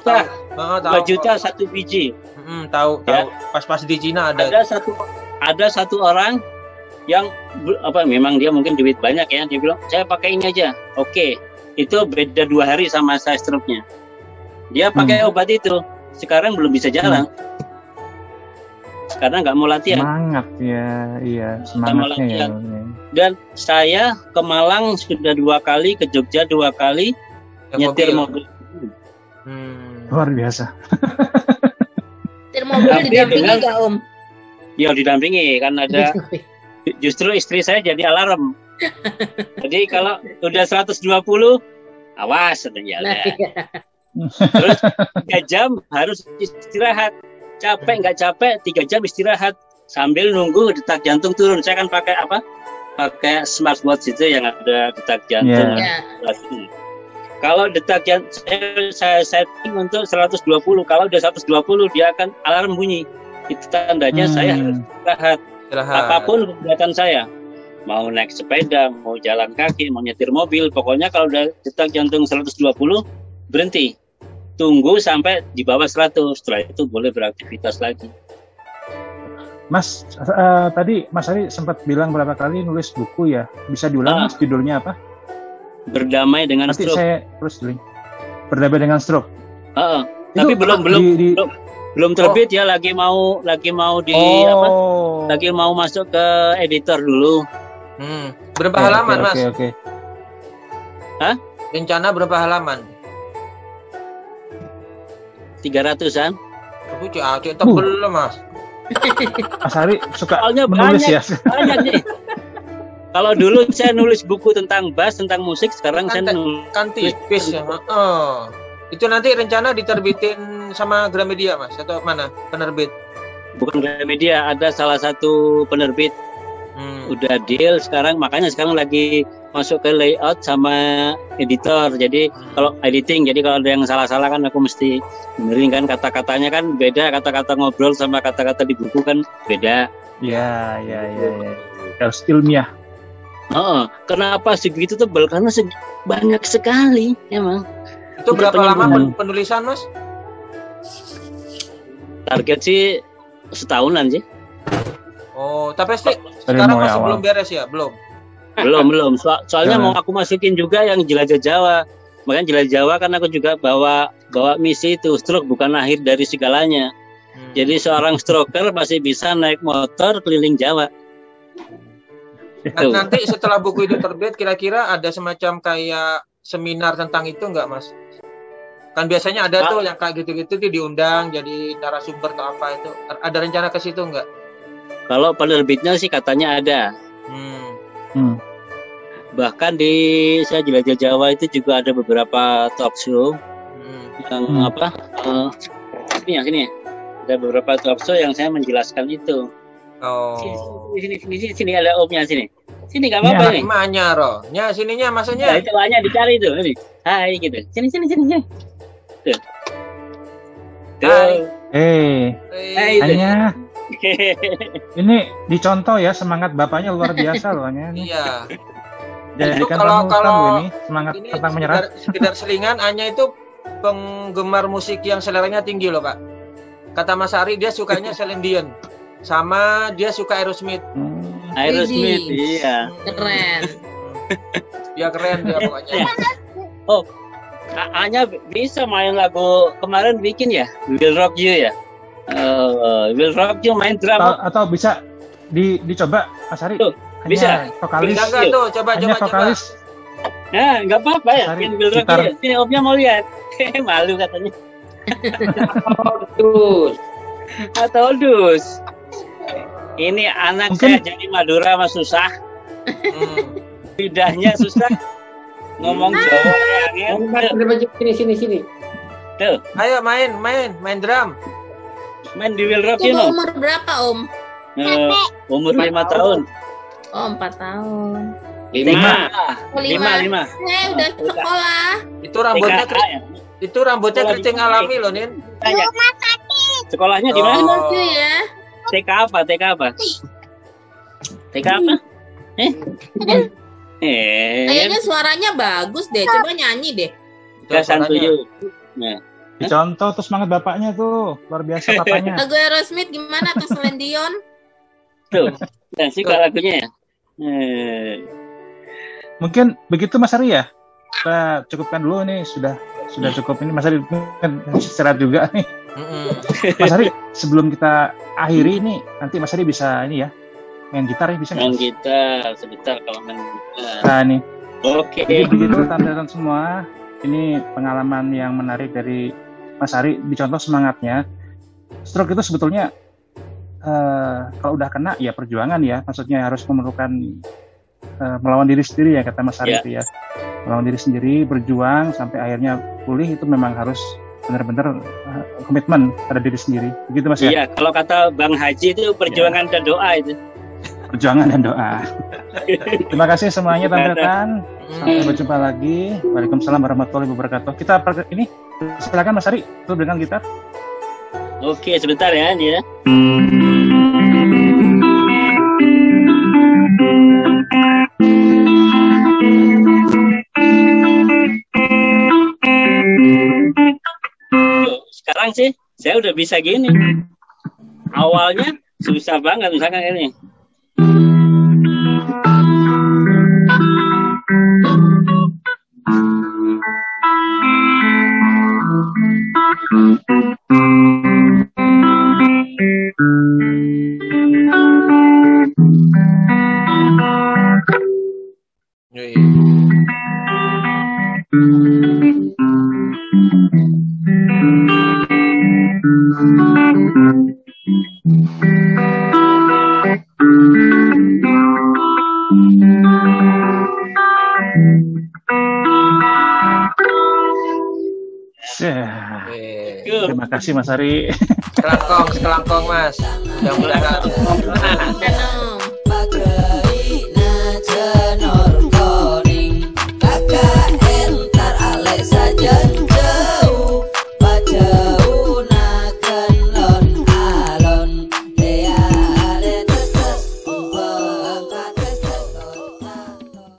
2 juta satu biji. Tahu. Pas di Cina ada. Ada satu orang yang memang dia mungkin duit banyak ya, dia bilang saya pakai ini aja. Oke, itu beda 2 hari sama saya stroke-nya. Dia pakai obat itu, sekarang belum bisa jalan. Karena nggak mau latihan. Semangat ya, iya semangatnya ya. Dan saya ke Malang sudah 2 kali, ke Jogja 2 kali, nyetir mobil. Luar biasa. Nyetir mobil didampingi nggak Om? Ya didampingi, kan ada. Justru istri saya jadi alarm. Jadi kalau udah 120, awas ada jalan. Terus 3 jam harus istirahat. Capek nggak capek 3 jam istirahat sambil nunggu detak jantung turun. Saya kan pakai pakai smartwatch itu yang ada detak jantung. Kalau detak jantung saya setting untuk 120. Kalau udah 120 dia akan alarm bunyi. Itu tandanya saya harus istirahat. Apapun kegiatan saya, mau naik sepeda, mau jalan kaki, mau nyetir mobil, pokoknya kalau udah detak jantung 120 berhenti. Tunggu sampai di bawah 100, setelah itu boleh beraktivitas lagi. Mas, tadi Mas Ari sempat bilang berapa kali nulis buku ya? Bisa diulang Mas, judulnya apa? Berdamai dengan Nanti stroke. Saya terus link. Berdamai dengan stroke. Tapi belum terbit ya, lagi mau lagi mau masuk ke editor dulu. Berapa halaman Mas? Oke. Hah? Rencana berapa halaman? 300-an. Tebel Mas. Mas Ari suka soalnya menulis banyak nih. Kalau dulu saya nulis buku tentang bass, tentang musik, sekarang saya nulis tipis ya. Itu nanti rencana diterbitin sama Gramedia Mas atau mana penerbit? Bukan Gramedia, ada salah satu penerbit. Udah deal sekarang, makanya sekarang lagi masuk ke layout sama editor. Jadi kalau editing, jadi kalau ada yang salah-salah kan aku mesti benerin kan, kata-katanya kan beda, kata-kata ngobrol sama kata-kata di buku kan beda. Ya. Harus ilmiah. Kenapa segitu tebal? Karena banyak sekali emang. Itu berapa lama penulisan Mas? Target sih setahunan sih. Tapi sekarang masih belum beres ya? Belum. Soalnya mau aku masukin juga yang jelajah Jawa. Makanya jelajah Jawa kan aku juga bawa misi itu, stroke bukan akhir dari segalanya. Jadi seorang stroker masih bisa naik motor keliling Jawa. Nanti setelah buku itu terbit, kira-kira ada semacam kayak seminar tentang itu nggak Mas? Kan biasanya ada tuh yang kayak gitu-gitu diundang jadi narasumber atau apa itu. Ada rencana ke situ nggak? Kalau penerbitnya sih katanya ada. Bahkan di saya jelajah Jawa itu juga ada beberapa talk show yang sini ada beberapa talk show yang saya menjelaskan itu. Sini ada omnya sini nggak apa-apa nih. Mana rohnya sininya maksudnya? Itu hanya dicari tuh ini. Hai gitu. Sini. Tuh. Hai. Hanya ini dicontoh ya, semangat bapaknya luar biasa loh. Iya. Jadikan kalau ini semangat ini tentang menyerah. Sekedar selingan, Anya itu penggemar musik yang seleranya tinggi loh Pak. Kata Mas Ari dia sukanya Celine Dion, sama dia suka Aerosmith. Aerosmith, iya. Keren. Dia keren dia pokoknya. Anya bisa main lagu kemarin bikin ya, Will Rock You ya. Will Rock You main drum. Atau bisa dicoba Mas Ari. Bisa. Vokalis. Bisa tuh, coba. Vokalis. Nah, nggak apa-apa ya. Will Rock You. Sini omnya mau lihat. Malu katanya. Atau dus. Ini anak saya jadi Madura mah susah. Lidahnya susah. Ngomong Jawa Sini. Tuh. Ayo main drum. Main di Will Rock You. Umur berapa Om? Umur 5 tahun. 4 tahun. 5. Udah sekolah. Itu rambutnya keriting alami loh, Nin. Sekolahnya di mana? Ya. TK apa? Kayaknya suaranya bagus deh. Coba nyanyi deh. Santuyu. Nah, Dicontoh tuh semangat bapaknya tuh, luar biasa papanya. Lagu Aerosmith gimana tuh Celine Dion? Tuh, dan sih lagunya ya. Mungkin begitu Mas Ari ya. Kita cukupkan dulu nih, sudah cukup ini Mas Ari istirahat juga nih. Mas Ari, sebelum kita akhiri ini, nanti Mas Ari bisa ini ya, main gitar ya, bisa nggak? Main gitar sebentar kalau main gitar. Nah nih. Oke. Jadi begitu teman-teman semua, ini pengalaman yang menarik dari Mas Ari, dicontoh semangatnya. Stroke itu sebetulnya kalau udah kena ya perjuangan ya, maksudnya harus memerlukan melawan diri sendiri ya kata Mas Ari itu ya, melawan diri sendiri, berjuang sampai akhirnya pulih, itu memang harus benar-benar komitmen pada diri sendiri, begitu Mas ya? Iya, kalau kata Bang Haji itu perjuangan dan doa itu. Perjuangan dan doa. Terima kasih semuanya teman-teman. Sampai berjumpa lagi. Waalaikumsalam warahmatullahi wabarakatuh. Kita ini silakan Mas Ari tutup dengan gitar. Oke, sebentar ya ini ya. Sekarang sih saya udah bisa gini. Awalnya susah banget misalkan ini. Terima kasih Mas Ari. Sekelangkong Mas. Mudah-mudahan.